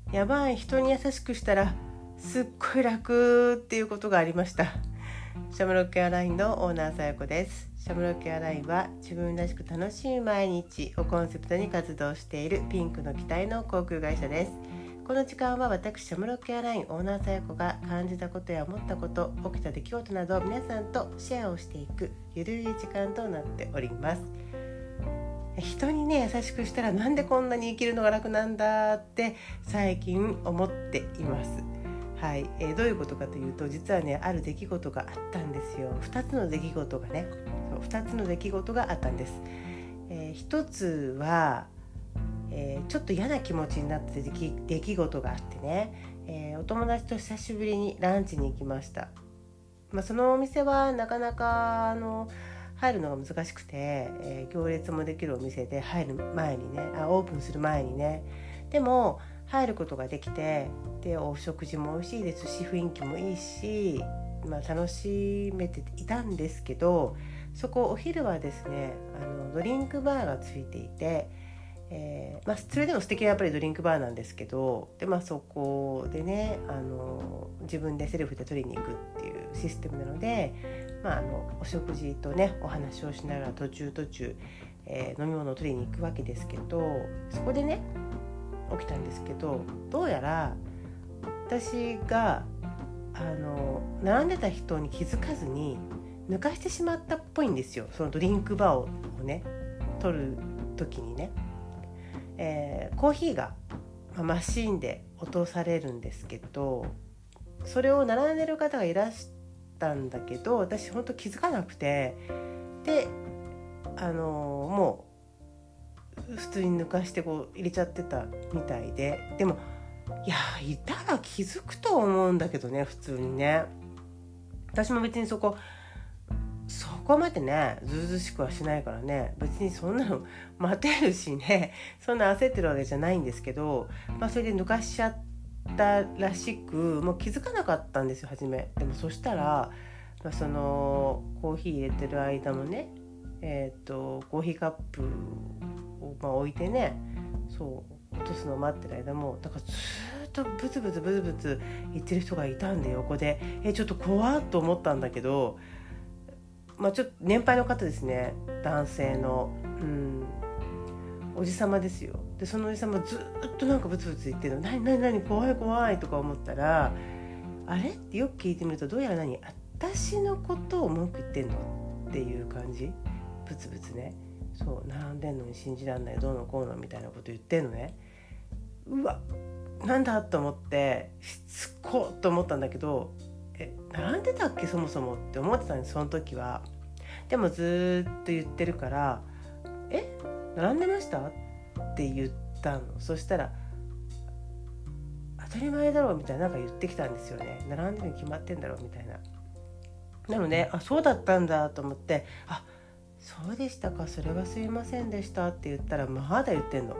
やばい、人に優しくしたらすっごい楽っていうことがありました。シャムロックエアラインのオーナーさやこです。シャムロックエアラインは自分らしく楽しい毎日をコンセプトに活動しているピンクの機体の航空会社です。この時間は私シャムロックエアラインオーナーさやこが感じたことや思ったこと、起きた出来事などを皆さんとシェアをしていくゆるい時間となっております。人にね優しくしたらなんでこんなに生きるのが楽なんだって最近思っています。はい、どういうことかというと、実はねある出来事があったんですよ。2つの出来事があったんです。一つは、ちょっと嫌な気持ちになった出来事があってね、お友達と久しぶりにランチに行きました。そのお店はなかなか入るのが難しくて、行列もできるお店で入る前にねオープンする前にね、でも入ることができて、でお食事も美味しいですし雰囲気もいいし、楽しめていたんですけど、そこお昼はですねドリンクバーがついていて、それでも素敵なやっぱりドリンクバーなんですけど、でそこでね自分でセルフで取りに行くっていうシステムなので、お食事とねお話をしながら途中、飲み物を取りに行くわけですけど、そこでね起きたんですけど、どうやら私が並んでた人に気づかずに抜かしてしまったっぽいんですよ。そのドリンクバーをね取る時にね、コーヒーが、マシーンで落とされるんですけど、それを並んでる方がいらしたんだけど、私本当気づかなくて、でもう普通に抜かしてこう入れちゃってたみたいで、でもいたら気づくと思うんだけどね、普通にね。私も別にそこまでねずうずうしくはしないからね、別にそんなの待てるしね、そんな焦ってるわけじゃないんですけど、それで抜かしちゃったらしく、もう気づかなかったんですよ初め。でもそしたら、そのコーヒー入れてる間もね、コーヒーカップを、置いてね、そう落とすのを待ってる間もだからずっとブツブツ言ってる人がいたんで、横でちょっと怖っと思ったんだけど、ちょっと年配の方ですね、男性の、おじさまですよ。でそのおじさまずっとなんかブツブツ言ってるの、何怖いとか思ったら、あれってよく聞いてみると、どうやら私のことを文句言ってんのっていう感じ、ブツブツね、そう並んでんのに信じらんない、どうのこうのみたいなこと言ってんのね。うわなんだと思ってしつこっと思ったんだけど、並んでたっけそもそもって思ってたんです、その時は。でもずっと言ってるから、並んでましたって言ったの。そしたら当たり前だろうみたいな、なんか言ってきたんですよね。並んでるに決まってんだろうみたいな。なのでそうだったんだと思って、そうでしたか、それはすいませんでしたって言ったら、まだ言ってんの。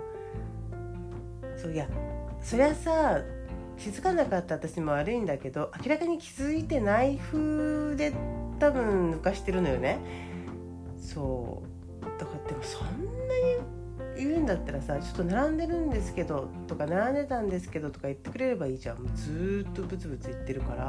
そりゃさ気づかなかった私も悪いんだけど、明らかに気づいてない風で多分抜かしてるのよね。そうだから、でもそんなに言うんだったらさ、ちょっと並んでるんですけどとか並んでたんですけどとか言ってくれればいいじゃん。ずっとブツブツ言ってるから、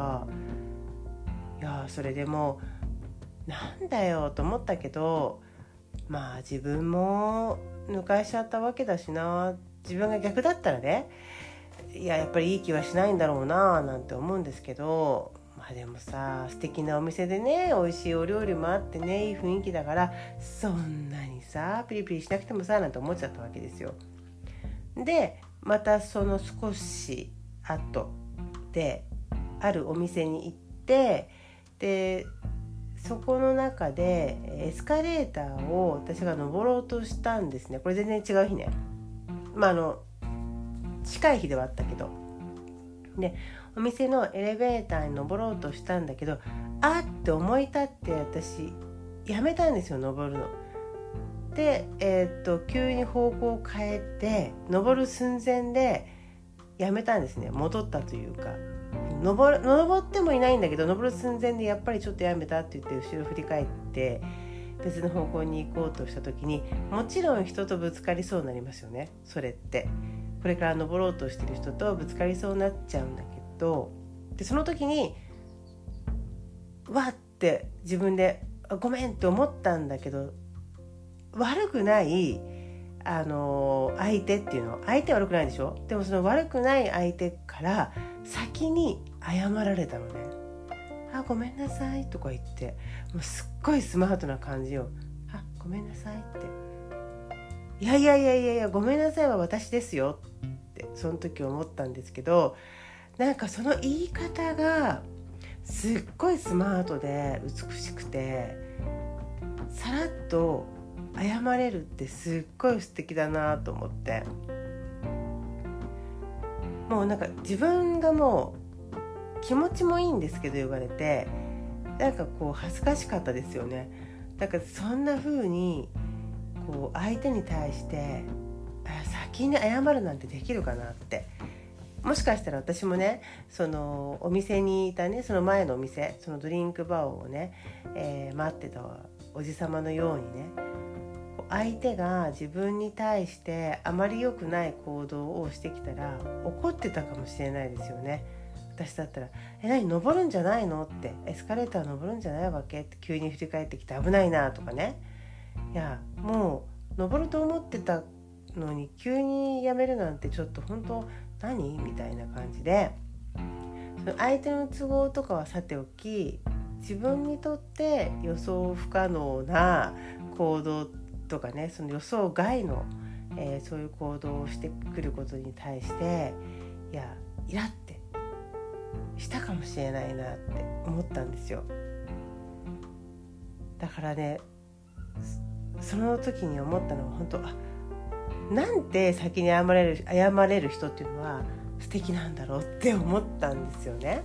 それでもなんだよと思ったけど、自分も抜かしちゃったわけだしな。自分が逆だったらね、やっぱりいい気はしないんだろうななんて思うんですけど、でもさ素敵なお店でね美味しいお料理もあってね、いい雰囲気だから、そんなにさピリピリしなくてもさなんて思っちゃったわけですよ。でまたその少し後であるお店に行って、でそこの中でエスカレーターを私が登ろうとしたんですね。これ全然違う日ね、近い日ではあったけど、でお店のエレベーターに登ろうとしたんだけど、って思い立って私やめたんですよ、登るの。で、急に方向を変えて登る寸前でやめたんですね。戻ったというか、登ってもいないんだけど、登る寸前でやっぱりちょっとやめたって言って後ろ振り返って別の方向に行こうとした時に、もちろん人とぶつかりそうになりますよね、それって。 これから登ろうとしてる人とぶつかりそうになっちゃうんだけど、でその時にわって自分でごめんって思ったんだけど、悪くない相手っていうの、相手は悪くないでしょ。でもその悪くない相手から先に謝られたのね。ごめんなさいとか言って、もうすっごいスマートな感じよ。ごめんなさいって、いやごめんなさいは私ですよってその時思ったんですけど、なんかその言い方がすっごいスマートで美しくて、さらっと謝れるってすっごい素敵だなと思って、もうなんか自分がもう気持ちもいいんですけど言われて、なんかこう恥ずかしかったですよね。だからそんな風にこう相手に対して先に謝るなんてできるかなって、もしかしたら私もね、そのお店にいたね、その前のお店、そのドリンクバーをね、待ってたおじさまのようにね、相手が自分に対してあまり良くない行動をしてきたら怒ってたかもしれないですよね。私だったら何登るんじゃないのって、エスカレーター登るんじゃないわけって急に振り返ってきて危ないなとかね、いやもう登ると思ってたのに急にやめるなんてちょっと本当何みたいな感じで、その相手の都合とかはさておき、自分にとって予想不可能な行動とかね、その予想外の、そういう行動をしてくることに対してイラってしたかもしれないなって思ったんですよ。だからね、その時に思ったのは本当、なんて先に謝れる人っていうのは素敵なんだろうって思ったんですよね。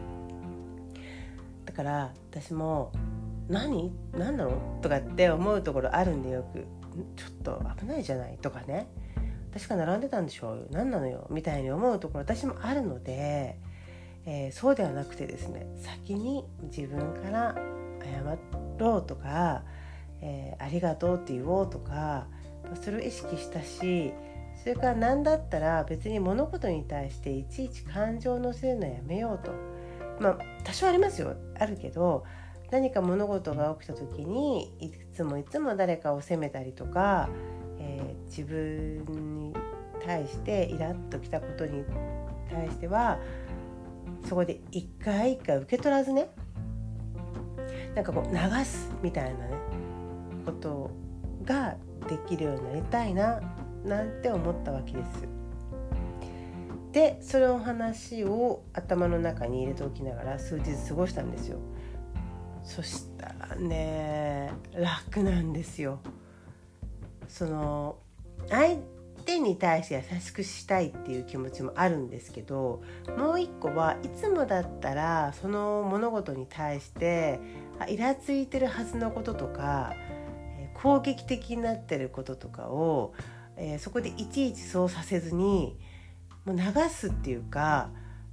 だから私も何なのとかって思うところあるんで、よくちょっと危ないじゃないとかね、私が並んでたんでしょう、何なのよみたいに思うところ私もあるので、そうではなくてですね、先に自分から謝ろうとか、ありがとうって言おうとか、それを意識したし、それから何だったら別に物事に対していちいち感情を乗せるのはやめようと、多少ありますよ、あるけど、何か物事が起きた時にいつも誰かを責めたりとか、自分に対してイラッときたことに対してはそこで一回受け取らずね、なんかこう流すみたいなねことができるようになりたいななんて思ったわけです。でその話を頭の中に入れておきながら数日過ごしたんですよ。そしたらね、楽なんですよ。その相手に対して優しくしたいっていう気持ちもあるんですけど、もう一個はいつもだったらその物事に対してイラついてるはずのこととか、攻撃的になってることとかを、そこでいちいちそうさせずにもう流すっていうか、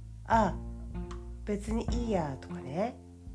別にいいやとかね、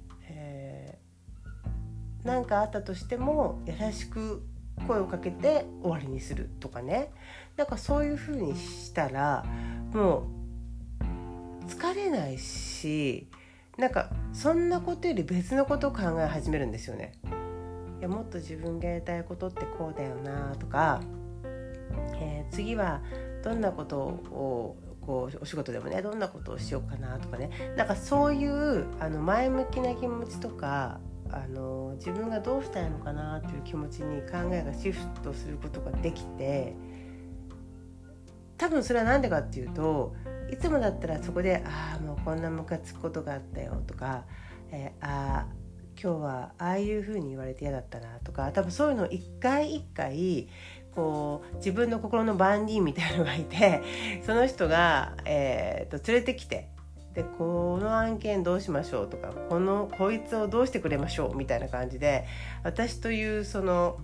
なんかあったとしても優しく声をかけて終わりにするとかね、なんかそういう風にしたらもう疲れないし、なんかそんなことより別のことを考え始めるんですよね。いやもっと自分がやりたいことってこうだよなとか、次はどんなことをこうお仕事でもねどんなことをしようかなとかね、なんかそういう前向きな気持ちとか自分がどうしたいのかなっていう気持ちに考えがシフトすることができて、多分それはなんでかっていうと、いつもだったらそこでもうこんなムカつくことがあったよとか、今日はああいう風に言われて嫌だったなとか、多分そういうのを一回一回こう自分の心の番人みたいなのがいて、その人が、連れてきて、でこの案件どうしましょうとか、こいつをどうしてくれましょうみたいな感じで、私というその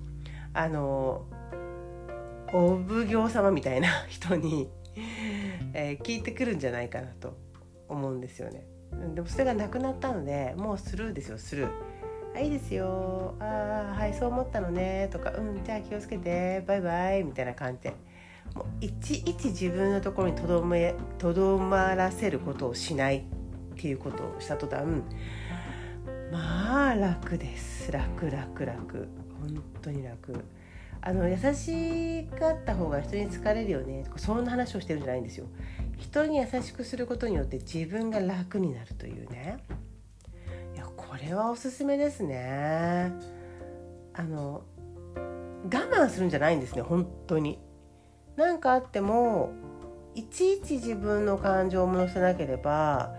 お奉行様みたいな人に、聞いてくるんじゃないかなと思うんですよね。でもそれがなくなったので、もうスルーですよ、スルー。いいですよ、はいそう思ったのねとか、じゃあ気をつけてバイバイみたいな感じでもういちいち自分のところにとどまらせることをしないっていうことをした途端、まあ楽です。楽本当に楽。優しかった方が人に好かれるよねとか、そんな話をしてるんじゃないんですよ。人に優しくすることによって自分が楽になるというね。いや、これはおすすめですね。我慢するんじゃないんですね。本当に何かあってもいちいち自分の感情を乗せなければ、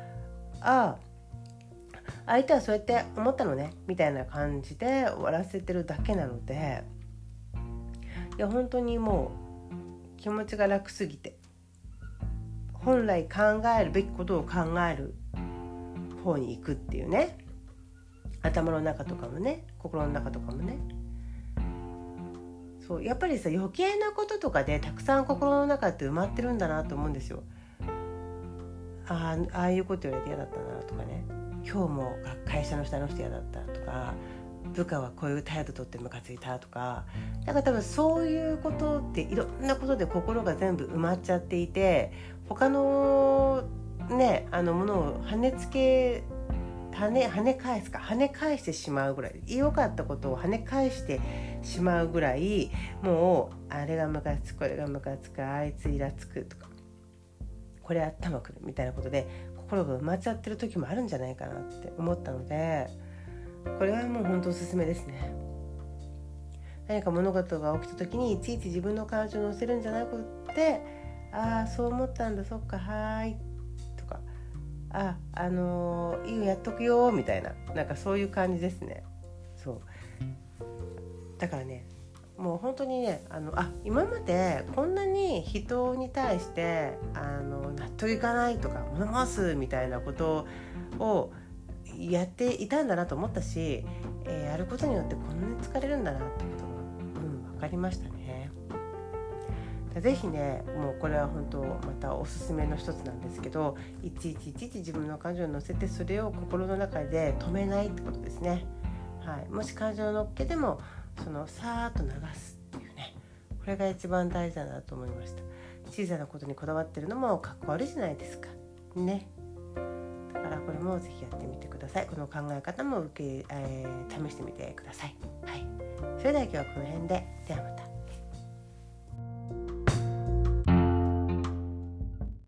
相手はそうやって思ったのねみたいな感じで終わらせてるだけなので、いや本当にもう気持ちが楽すぎて、本来考えるべきことを考える方に行くっていうね。頭の中とかもね、心の中とかもね。そうやっぱりさ、余計なこととかでたくさん心の中って埋まってるんだなと思うんですよ。ああいうこと言われて嫌だったなとかね、今日も会社の下の人嫌だったとか、部下はこういう態度とってムカついたとか、だから多分そういうことっていろんなことで心が全部埋まっちゃっていて、他のねものを跳ね返してしまうぐらい、良かったことを跳ね返してしまうぐらい、もうあれがムカつく、これがムカつく、あいつイラつくとか、これ頭くるみたいなことで心が埋まっちゃってる時もあるんじゃないかなって思ったので、これはもう本当おすすめですね。何か物事が起きた時にいちいち自分の感情を乗せるんじゃなくって、そう思ったんだ、そっか、はーいとか、いいよやっとくよみたいな、なんかそういう感じですね。そうだからね、もう本当にね、今までこんなに人に対して納得いかないとか物申すみたいなことをやっていたんだなと思ったし、やることによってこんなに疲れるんだなってことが、分かりましたね。ぜひね、もうこれは本当またおすすめの一つなんですけど、いちいち自分の感情を乗せてそれを心の中で止めないってことですね。もし感情を乗っけてもさーっと流すっていうね、これが一番大事だなと思いました。小さなことにこだわってるのもかっこ悪いじゃないですかね。だからこれもぜひやってみてください。この考え方も試してみてください。それでは今日はこの辺で。ではまた。